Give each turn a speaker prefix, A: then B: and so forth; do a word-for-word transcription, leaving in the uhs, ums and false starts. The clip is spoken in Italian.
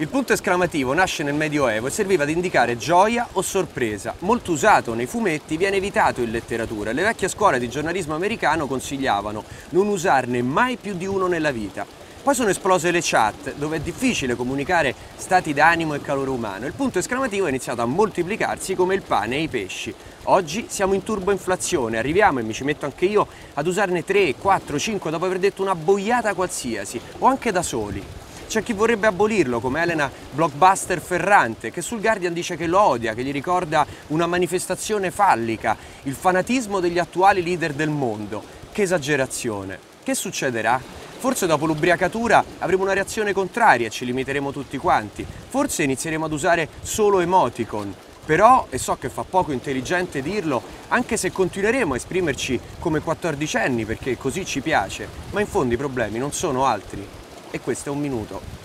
A: Il punto esclamativo nasce nel Medioevo e serviva ad indicare gioia o sorpresa. Molto usato nei fumetti, viene evitato in letteratura. Le vecchie scuole di giornalismo americano consigliavano non usarne mai più di uno nella vita. Poi sono esplose le chat, dove è difficile comunicare stati d'animo e calore umano. Il punto esclamativo è iniziato a moltiplicarsi come il pane e i pesci. Oggi siamo in turboinflazione, arriviamo, e mi ci metto anche io, ad usarne tre, quattro, cinque dopo aver detto una boiata qualsiasi, o anche da soli. C'è chi vorrebbe abolirlo, come Elena Blockbuster Ferrante, che sul Guardian dice che lo odia, che gli ricorda una manifestazione fallica, il fanatismo degli attuali leader del mondo. Che esagerazione! Che succederà? Forse dopo l'ubriacatura avremo una reazione contraria e ci limiteremo tutti quanti. Forse inizieremo ad usare solo emoticon. Però, e so che fa poco intelligente dirlo, anche se continueremo a esprimerci come quattordicenni perché così ci piace, ma in fondo i problemi non sono altri. E questo è un minuto.